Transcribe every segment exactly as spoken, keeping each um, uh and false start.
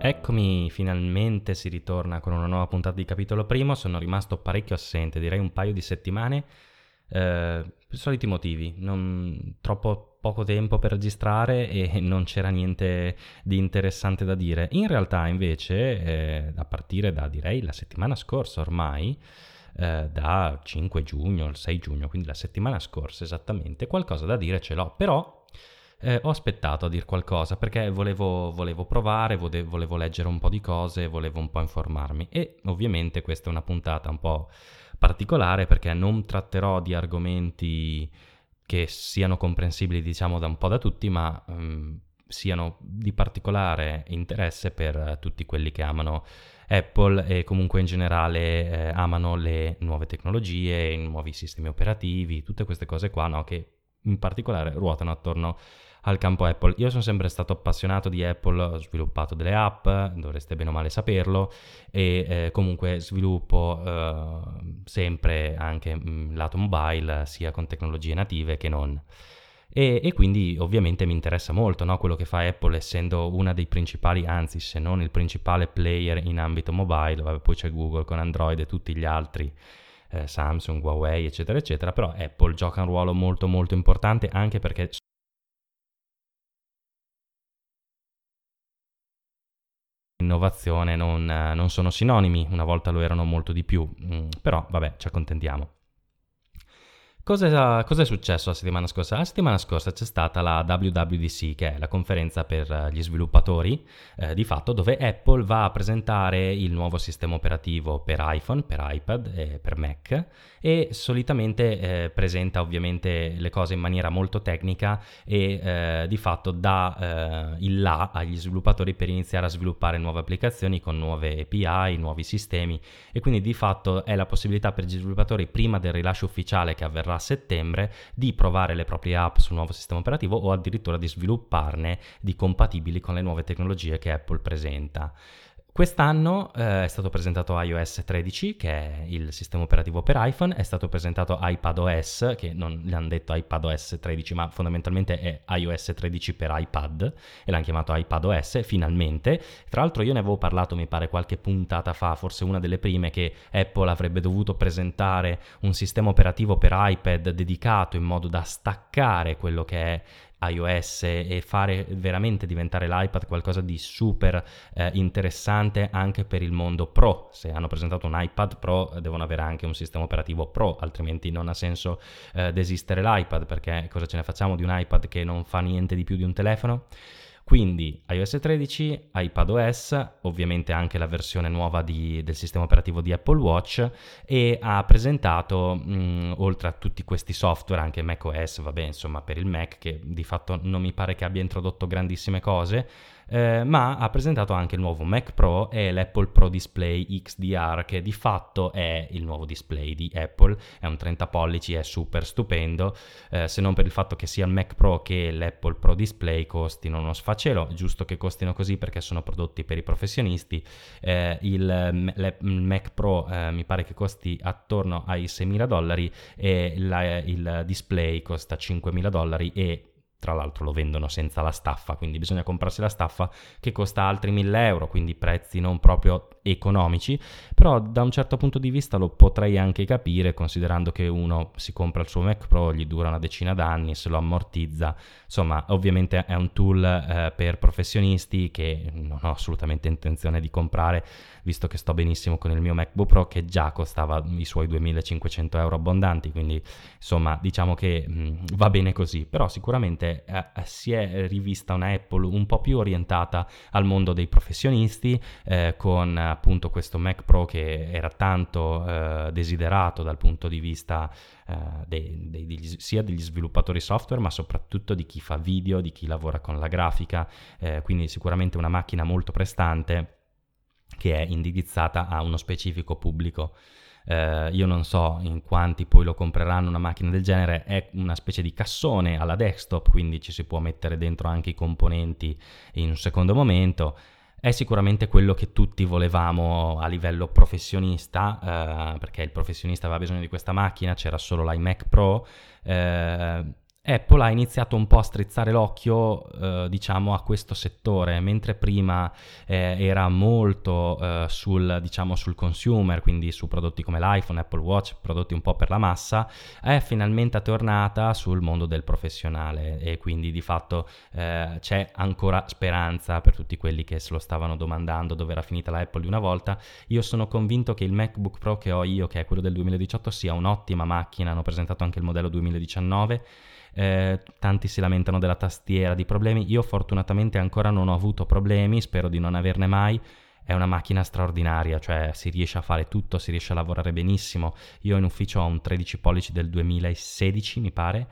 Eccomi, finalmente si ritorna con una nuova puntata di Capitolo Primo. Sono rimasto parecchio assente, direi un paio di settimane, eh, per soliti motivi, non, troppo poco tempo per registrare e non c'era niente di interessante da dire. In realtà invece, eh, a partire da direi la settimana scorsa ormai, eh, da cinque giugno, il sei giugno, quindi la settimana scorsa esattamente, qualcosa da dire ce l'ho, però... Eh, ho aspettato a dir qualcosa perché volevo, volevo provare, vode- volevo leggere un po' di cose, volevo un po' informarmi e ovviamente questa è una puntata un po' particolare perché non tratterò di argomenti che siano comprensibili diciamo da un po' da tutti, ma ehm, siano di particolare interesse per tutti quelli che amano Apple e comunque in generale eh, amano le nuove tecnologie, i nuovi sistemi operativi, tutte queste cose qua, no, che in particolare ruotano attorno al campo Apple. Io sono sempre stato appassionato di Apple, ho sviluppato delle app, dovreste bene o male saperlo, e eh, comunque sviluppo eh, sempre anche mh, lato mobile, sia con tecnologie native che non. E, e quindi ovviamente mi interessa molto, no, quello che fa Apple, essendo una dei principali, anzi se non il principale player in ambito mobile. Vabbè, poi c'è Google con Android e tutti gli altri, eh, Samsung, Huawei eccetera eccetera, però Apple gioca un ruolo molto molto importante anche perché innovazione non, non sono sinonimi, una volta lo erano molto di più, mm, però vabbè, ci accontentiamo. Cosa, cosa è successo la settimana scorsa? La settimana scorsa c'è stata la W W D C, che è la conferenza per gli sviluppatori, eh, di fatto, dove Apple va a presentare il nuovo sistema operativo per iPhone, per iPad e per Mac, e solitamente eh, presenta ovviamente le cose in maniera molto tecnica e eh, di fatto dà eh, il là agli sviluppatori per iniziare a sviluppare nuove applicazioni con nuove A P I, nuovi sistemi, e quindi di fatto è la possibilità per gli sviluppatori prima del rilascio ufficiale che avverrà a settembre di provare le proprie app sul nuovo sistema operativo o addirittura di svilupparne di compatibili con le nuove tecnologie che Apple presenta. Quest'anno eh, è stato presentato iOS tredici, che è il sistema operativo per iPhone, è stato presentato iPadOS, che non gli hanno detto iPadOS tredici, ma fondamentalmente è iOS tredici per iPad, e l'hanno chiamato iPadOS, finalmente. Tra l'altro io ne avevo parlato, mi pare, qualche puntata fa, forse una delle prime, che Apple avrebbe dovuto presentare un sistema operativo per iPad dedicato in modo da staccare quello che è iOS e fare veramente diventare l'iPad qualcosa di super eh, interessante anche per il mondo Pro. Se hanno presentato un iPad Pro devono avere anche un sistema operativo Pro, altrimenti non ha senso eh, desistere l'iPad, perché cosa ce ne facciamo di un iPad che non fa niente di più di un telefono? Quindi iOS tredici, iPadOS, ovviamente anche la versione nuova di, del sistema operativo di Apple Watch, e ha presentato, mh, oltre a tutti questi software, anche macOS, vabbè, insomma, per il Mac, che di fatto non mi pare che abbia introdotto grandissime cose, eh, ma ha presentato anche il nuovo Mac Pro e l'Apple Pro Display X D R, che di fatto è il nuovo display di Apple, è un trenta pollici, è super stupendo, eh, se non per il fatto che sia il Mac Pro che l'Apple Pro Display costino uno sfacelo, giusto che costino così perché sono prodotti per i professionisti. Eh, il, le, il Mac Pro eh, mi pare che costi attorno ai seimila dollari e la, il display costa cinquemila dollari, e tra l'altro lo vendono senza la staffa, quindi bisogna comprarsi la staffa che costa altri mille euro, quindi prezzi non proprio economici, però da un certo punto di vista lo potrei anche capire, considerando che uno si compra il suo Mac Pro, gli dura una decina d'anni, se lo ammortizza, insomma ovviamente è un tool eh, per professionisti che non ho assolutamente intenzione di comprare, visto che sto benissimo con il mio MacBook Pro che già costava i suoi duemilacinquecento euro abbondanti, quindi insomma diciamo che mh, va bene così, però sicuramente eh, si è rivista una Apple un po' più orientata al mondo dei professionisti, eh, con appunto questo Mac Pro che era tanto eh, desiderato dal punto di vista eh, dei, dei, degli, sia degli sviluppatori software, ma soprattutto di chi fa video, di chi lavora con la grafica, eh, quindi sicuramente una macchina molto prestante che è indirizzata a uno specifico pubblico. Uh, io non so in quanti poi lo compreranno una macchina del genere, è una specie di cassone alla desktop, quindi ci si può mettere dentro anche i componenti in un secondo momento. È sicuramente quello che tutti volevamo a livello professionista, uh, perché il professionista aveva bisogno di questa macchina, c'era solo l'iMac Pro, uh, Apple ha iniziato un po' a strizzare l'occhio, eh, diciamo, a questo settore, mentre prima eh, era molto eh, sul, diciamo, sul consumer, quindi su prodotti come l'iPhone, Apple Watch, prodotti un po' per la massa, è finalmente tornata sul mondo del professionale, e quindi di fatto eh, c'è ancora speranza per tutti quelli che se lo stavano domandando dove era finita la Apple di una volta. Io sono convinto che il MacBook Pro che ho io, che è quello del duemiladiciotto, sia un'ottima macchina. Hanno presentato anche il modello duemiladiciannove. Eh, tanti si lamentano della tastiera, di problemi. Io fortunatamente ancora non ho avuto problemi, spero di non averne mai. È una macchina straordinaria, cioè si riesce a fare tutto, si riesce a lavorare benissimo. Io in ufficio ho un tredici pollici del duemilasedici, mi pare,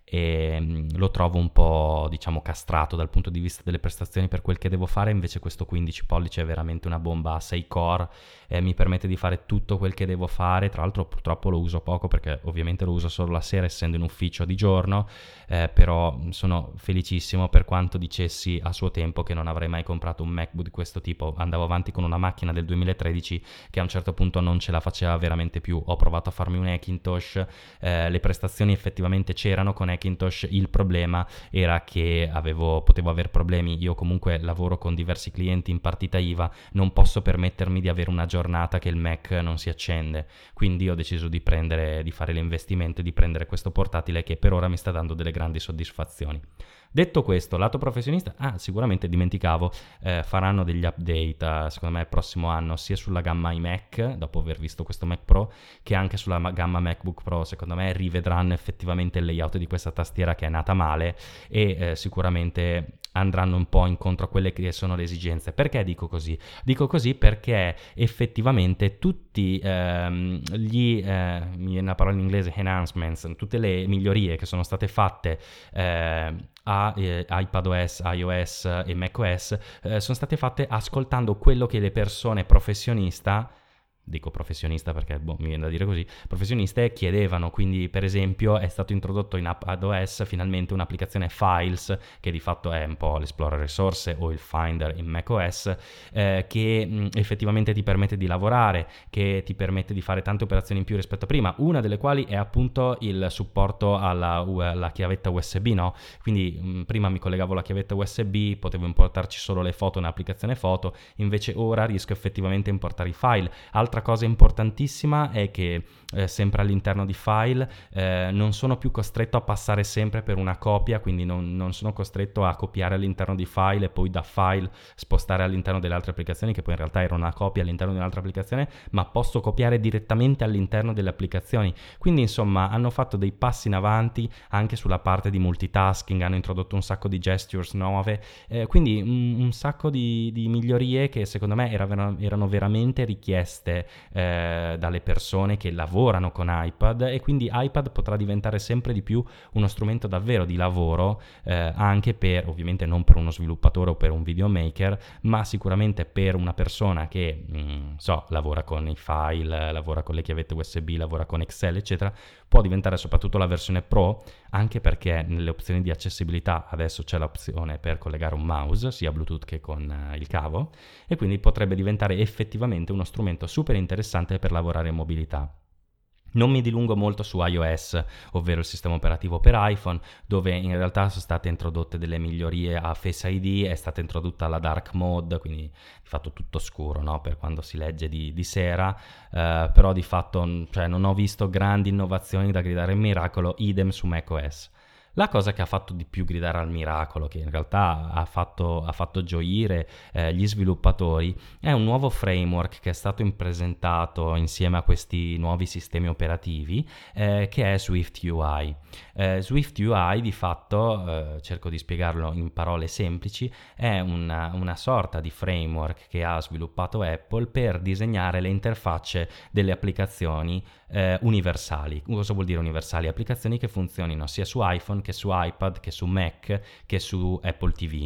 e lo trovo un po', diciamo, castrato dal punto di vista delle prestazioni per quel che devo fare. Invece questo quindici pollici è veramente una bomba a sei core, eh, mi permette di fare tutto quel che devo fare. Tra l'altro purtroppo lo uso poco perché ovviamente lo uso solo la sera, essendo in ufficio di giorno, eh, però sono felicissimo. Per quanto dicessi a suo tempo che non avrei mai comprato un MacBook di questo tipo, andavo avanti con una macchina del duemilatredici che a un certo punto non ce la faceva veramente più. Ho provato a farmi un Hackintosh, eh, le prestazioni effettivamente c'erano con Hackintosh, il problema era che avevo, potevo aver problemi. Io comunque lavoro con diversi clienti in partita I V A, non posso permettermi di avere una giornata che il Mac non si accende, quindi ho deciso di prendere, di fare l'investimento e di prendere questo portatile che per ora mi sta dando delle grandi soddisfazioni. Detto questo, lato professionista, ah, sicuramente dimenticavo, eh, faranno degli update, eh, secondo me il prossimo anno, sia sulla gamma iMac, dopo aver visto questo Mac Pro, che anche sulla ma- gamma MacBook Pro. Secondo me rivedranno effettivamente il layout di questa tastiera che è nata male, e eh, sicuramente andranno un po' incontro a quelle che sono le esigenze. Perché dico così? Dico così perché effettivamente tutti ehm, gli, eh, mi viene la parola in inglese, enhancements, tutte le migliorie che sono state fatte eh, a eh, iPadOS, iOS e macOS eh, sono state fatte ascoltando quello che le persone professionista, dico professionista perché boh, mi viene da dire così, professioniste chiedevano. Quindi per esempio è stato introdotto in iPadOS finalmente un'applicazione Files, che di fatto è un po' l'Explorer risorse o il Finder in macOS, eh, che mh, effettivamente ti permette di lavorare, che ti permette di fare tante operazioni in più rispetto a prima, una delle quali è appunto il supporto alla, alla chiavetta U S B, no? Quindi mh, prima mi collegavo alla chiavetta U S B, potevo importarci solo le foto in applicazione foto, invece ora riesco effettivamente a importare i file. Altra cosa importantissima è che eh, sempre all'interno di File eh, non sono più costretto a passare sempre per una copia, quindi non, non sono costretto a copiare all'interno di File e poi da File spostare all'interno delle altre applicazioni, che poi in realtà era una copia all'interno di un'altra applicazione, ma posso copiare direttamente all'interno delle applicazioni. Quindi insomma hanno fatto dei passi in avanti anche sulla parte di multitasking, hanno introdotto un sacco di gestures nuove, eh, quindi un, un sacco di, di migliorie che secondo me era, erano veramente richieste Eh, dalle persone che lavorano con iPad, e quindi iPad potrà diventare sempre di più uno strumento davvero di lavoro, eh, anche per, ovviamente non per uno sviluppatore o per un videomaker, ma sicuramente per una persona che mh, so, lavora con i file, lavora con le chiavette U S B, lavora con Excel eccetera. Può diventare soprattutto la versione Pro, anche perché nelle opzioni di accessibilità adesso c'è l'opzione per collegare un mouse sia Bluetooth che con uh, il cavo, e quindi potrebbe diventare effettivamente uno strumento super interessante per lavorare in mobilità. Non mi dilungo molto su iOS, ovvero il sistema operativo per iPhone, dove in realtà sono state introdotte delle migliorie a Face I D, è stata introdotta la dark mode, quindi di fatto tutto scuro, no? Per quando si legge di, di sera, eh, però di fatto cioè, non ho visto grandi innovazioni da gridare in miracolo, idem su macOS. La cosa che ha fatto di più gridare al miracolo, che in realtà ha fatto, ha fatto gioire eh, gli sviluppatori, è un nuovo framework che è stato presentato insieme a questi nuovi sistemi operativi, eh, che è SwiftUI. Eh, SwiftUI di fatto, eh, cerco di spiegarlo in parole semplici, è una, una sorta di framework che ha sviluppato Apple per disegnare le interfacce delle applicazioni eh, universali. Cosa vuol dire universali? Applicazioni che funzionino sia su iPhone che su iPad, che su Mac, che su Apple T V.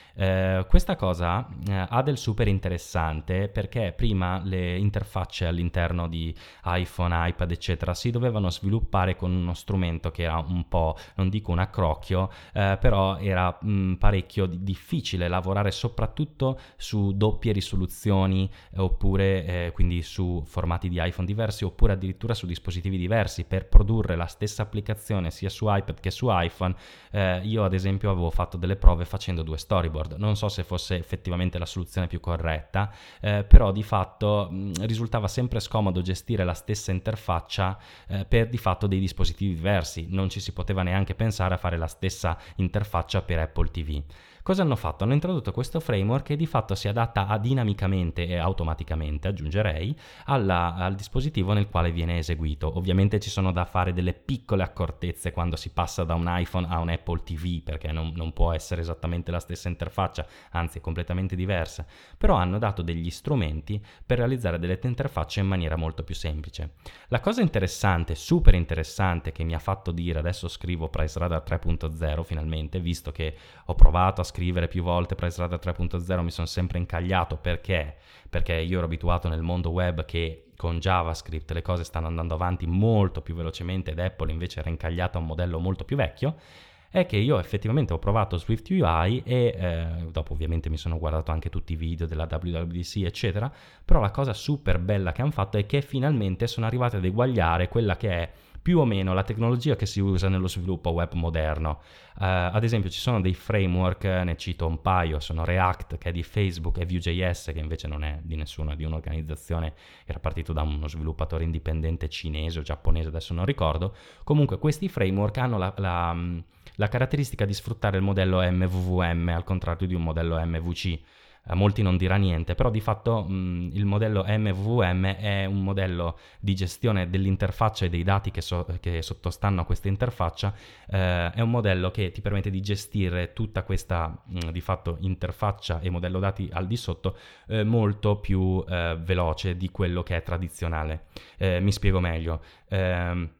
Eh, questa cosa eh, ha del super interessante perché prima le interfacce all'interno di iPhone, iPad, eccetera, si dovevano sviluppare con uno strumento che era un po', non dico un accrocchio, eh, però era mh, parecchio di- difficile lavorare soprattutto su doppie risoluzioni eh, oppure eh, quindi su formati di iPhone diversi oppure addirittura su dispositivi diversi per produrre la stessa applicazione sia su iPad che su iPhone. Eh, io ad esempio avevo fatto delle prove facendo due storyboard, non so se fosse effettivamente la soluzione più corretta, eh, però di fatto mh, risultava sempre scomodo gestire la stessa interfaccia eh, per di fatto dei dispositivi diversi, non ci si poteva neanche pensare a fare la stessa interfaccia per Apple T V. Cosa hanno fatto? Hanno introdotto questo framework che di fatto si adatta a dinamicamente e automaticamente, aggiungerei, alla, al dispositivo nel quale viene eseguito. Ovviamente ci sono da fare delle piccole accortezze quando si passa da un iPhone a un Apple T V, perché non, non può essere esattamente la stessa interfaccia, anzi è completamente diversa, però hanno dato degli strumenti per realizzare delle interfacce in maniera molto più semplice. La cosa interessante, super interessante, che mi ha fatto dire, adesso scrivo Price Radar tre punto zero finalmente, visto che ho provato a scrivere più volte Price Radar tre punto zero, mi sono sempre incagliato perché perché io ero abituato nel mondo web che con JavaScript le cose stanno andando avanti molto più velocemente ed Apple invece era incagliata a un modello molto più vecchio. È che io effettivamente ho provato SwiftUI e eh, dopo ovviamente mi sono guardato anche tutti i video della W W D C eccetera, però la cosa super bella che hanno fatto è che finalmente sono arrivati ad eguagliare quella che è più o meno la tecnologia che si usa nello sviluppo web moderno. Uh, ad esempio ci sono dei framework, ne cito un paio, sono React che è di Facebook e Vue.js che invece non è di nessuna, di un'organizzazione, era partito da uno sviluppatore indipendente cinese o giapponese, adesso non ricordo. Comunque questi framework hanno la, la, la caratteristica di sfruttare il modello M V V M al contrario di un modello M V C. A molti non dirà niente, però di fatto mh, il modello M V V M è un modello di gestione dell'interfaccia e dei dati che, so, che sottostanno a questa interfaccia, eh, è un modello che ti permette di gestire tutta questa mh, di fatto interfaccia e modello dati al di sotto eh, molto più eh, veloce di quello che è tradizionale. Eh, mi spiego meglio. Eh,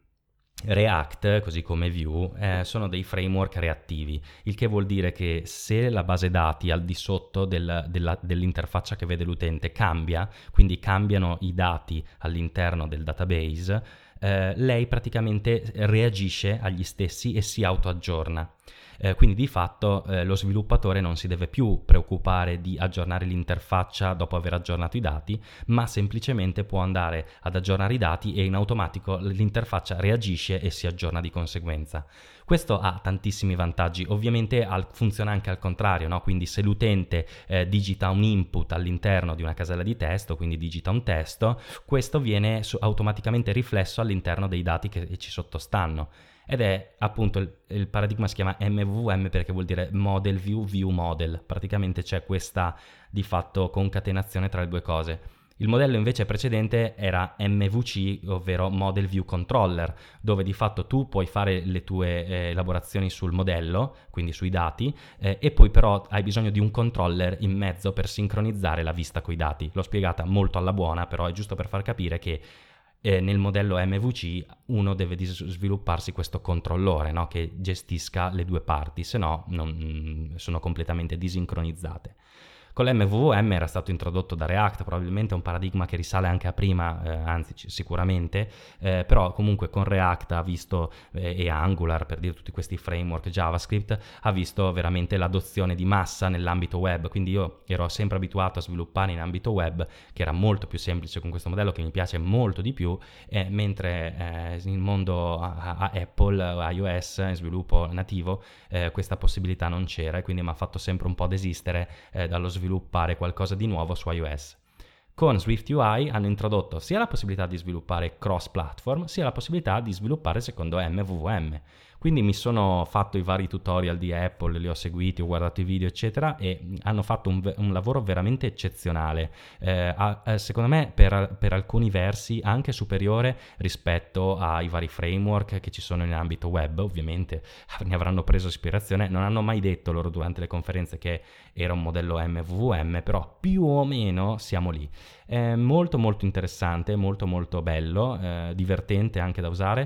React, così come Vue, eh, sono dei framework reattivi, il che vuol dire che se la base dati al di sotto del, della, dell'interfaccia che vede l'utente cambia, quindi cambiano i dati all'interno del database, eh, lei praticamente reagisce agli stessi e si autoaggiorna. Eh, quindi di fatto eh, lo sviluppatore non si deve più preoccupare di aggiornare l'interfaccia dopo aver aggiornato i dati, ma semplicemente può andare ad aggiornare i dati e in automatico l'interfaccia reagisce e si aggiorna di conseguenza. Questo ha tantissimi vantaggi, ovviamente al, funziona anche al contrario, no? Quindi se l'utente eh, digita un input all'interno di una casella di testo, quindi digita un testo, questo viene su- automaticamente riflesso all'interno dei dati che ci sottostanno. Ed è appunto il, il paradigma si chiama M V V M perché vuol dire Model View View Model, praticamente c'è questa di fatto concatenazione tra le due cose. Il modello invece precedente era M V C, ovvero Model View Controller, dove di fatto tu puoi fare le tue eh, elaborazioni sul modello, quindi sui dati, eh, e poi però hai bisogno di un controller in mezzo per sincronizzare la vista coi dati. L'ho spiegata molto alla buona, però è giusto per far capire che Eh, nel modello M V C uno deve dis- svilupparsi questo controllore, no? Che gestisca le due parti, se no non, sono completamente disincronizzate. Con l'M V V M era stato introdotto da React, probabilmente è un paradigma che risale anche a prima, eh, anzi c- sicuramente, eh, però comunque con React ha visto, eh, e Angular per dire tutti questi framework JavaScript, ha visto veramente l'adozione di massa nell'ambito web, quindi io ero sempre abituato a sviluppare in ambito web, che era molto più semplice con questo modello che mi piace molto di più, eh, mentre eh, nel mondo a, a Apple, a iOS, in sviluppo nativo, eh, questa possibilità non c'era e quindi mi ha fatto sempre un po' desistere eh, dallo sviluppare qualcosa di nuovo su iOS. Con SwiftUI hanno introdotto sia la possibilità di sviluppare cross-platform, sia la possibilità di sviluppare secondo M V V M. Quindi mi sono fatto i vari tutorial di Apple, li ho seguiti, ho guardato i video, eccetera, e hanno fatto un, un lavoro veramente eccezionale. Eh, a, eh, secondo me, per, per alcuni versi, anche superiore rispetto ai vari framework che ci sono in ambito web. Ovviamente ne avranno preso ispirazione. Non hanno mai detto loro durante le conferenze che era un modello M V V M, però più o meno siamo lì. È molto molto interessante, molto molto bello, eh, divertente anche da usare.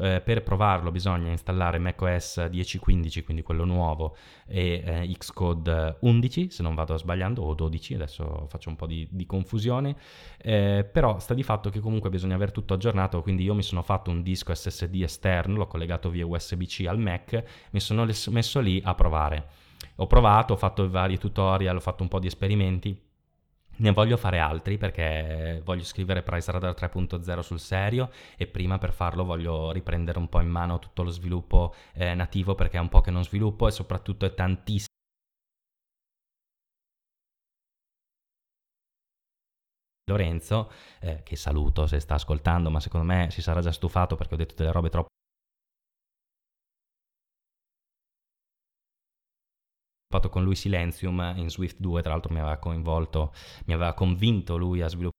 Eh, per provarlo bisogna installare macOS dieci quindici, quindi quello nuovo, e eh, Xcode undici, se non vado sbagliando, o dodici, adesso faccio un po' di, di confusione, eh, però sta di fatto che comunque bisogna aver tutto aggiornato, quindi io mi sono fatto un disco S S D esterno, l'ho collegato via U S B C al Mac, mi sono messo lì a provare. Ho provato, ho fatto vari tutorial, ho fatto un po' di esperimenti. Ne voglio fare altri perché voglio scrivere Price Radar tre punto zero sul serio, e prima per farlo voglio riprendere un po' in mano tutto lo sviluppo eh, nativo, perché è un po' che non sviluppo e soprattutto è tantissimo. Lorenzo, eh, che saluto se sta ascoltando, ma secondo me si sarà già stufato perché ho detto delle robe troppo. Ho fatto con lui Silenzium in Swift due, tra l'altro mi aveva coinvolto, mi aveva convinto lui a sviluppare,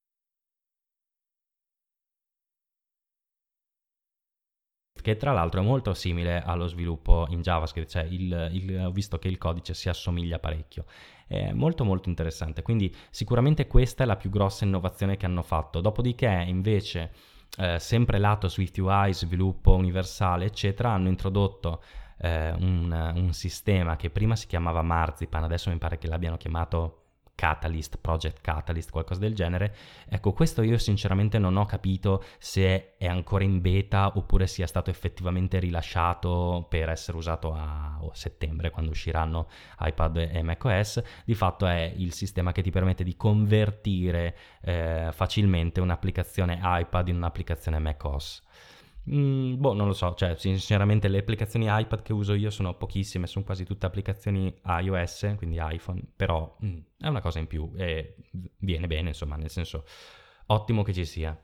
che tra l'altro è molto simile allo sviluppo in JavaScript, cioè il, il, ho visto che il codice si assomiglia parecchio. È molto molto interessante, quindi sicuramente questa è la più grossa innovazione che hanno fatto. Dopodiché invece eh, sempre lato SwiftUI, sviluppo universale eccetera, hanno introdotto eh, un, un sistema che prima si chiamava Marzipan, adesso mi pare che l'abbiano chiamato Catalyst, Project Catalyst, qualcosa del genere. Ecco, questo io sinceramente non ho capito se è ancora in beta oppure sia stato effettivamente rilasciato per essere usato a settembre, quando usciranno iPad e macOS. Di fatto è il sistema che ti permette di convertire eh, facilmente un'applicazione iPad in un'applicazione macOS. Mm, boh, non lo so, cioè sinceramente le applicazioni iPad che uso io sono pochissime, sono quasi tutte applicazioni iOS, quindi iPhone, però mm, è una cosa in più e viene bene, insomma, nel senso ottimo che ci sia.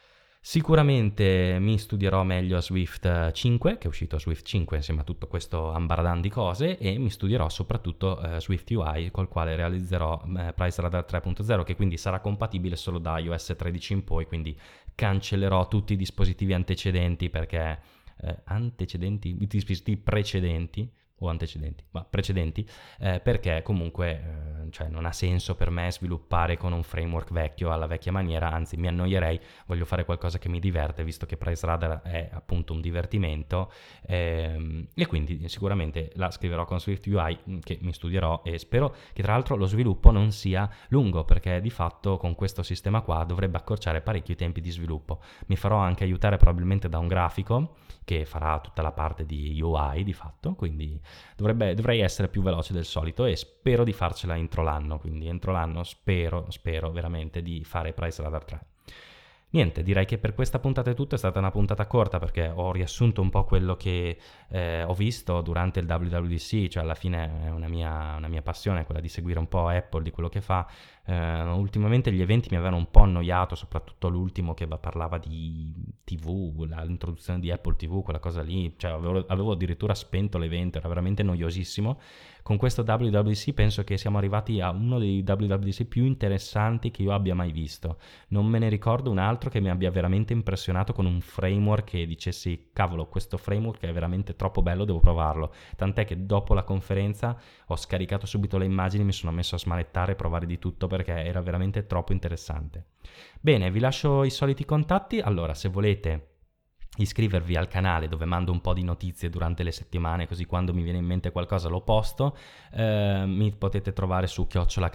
Sicuramente mi studierò meglio Swift cinque, che è uscito Swift cinque insieme a tutto questo ambaradan di cose, e mi studierò soprattutto eh, SwiftUI, col quale realizzerò eh, Price Radar tre punto zero, che quindi sarà compatibile solo da iOS tredici in poi, quindi cancellerò tutti i dispositivi antecedenti perché eh, antecedenti, i dispositivi precedenti o antecedenti, ma precedenti, eh, perché comunque eh, cioè non ha senso per me sviluppare con un framework vecchio alla vecchia maniera, anzi mi annoierei, voglio fare qualcosa che mi diverte, visto che Price Radar è appunto un divertimento, ehm, e quindi sicuramente la scriverò con SwiftUI, che mi studierò, e spero che tra l'altro lo sviluppo non sia lungo, perché di fatto con questo sistema qua dovrebbe accorciare parecchio i tempi di sviluppo. Mi farò anche aiutare probabilmente da un grafico che farà tutta la parte di U I di fatto, quindi dovrebbe, dovrei essere più veloce del solito, e spero di farcela entro l'anno, quindi entro l'anno spero, spero veramente di fare Price Radar tre. Niente, direi che per questa puntata è tutto, è stata una puntata corta perché ho riassunto un po' quello che eh, ho visto durante il W W D C, cioè alla fine è una mia, una mia passione quella di seguire un po' Apple, di quello che fa. Eh, ultimamente gli eventi mi avevano un po' annoiato, soprattutto l'ultimo che parlava di tivù, l'introduzione di Apple tivù, quella cosa lì, cioè avevo, avevo addirittura spento l'evento, era veramente noiosissimo. Con questo W W D C penso che siamo arrivati a uno dei W W D C più interessanti che io abbia mai visto. Non me ne ricordo un altro che mi abbia veramente impressionato con un framework che dicessi cavolo, questo framework è veramente troppo bello, devo provarlo. Tant'è che dopo la conferenza ho scaricato subito le immagini, mi sono messo a smanettare e provare di tutto perché era veramente troppo interessante. Bene, vi lascio i soliti contatti. Allora, se volete iscrivervi al canale dove mando un po' di notizie durante le settimane, così quando mi viene in mente qualcosa lo posto, eh, mi potete trovare su chiocciola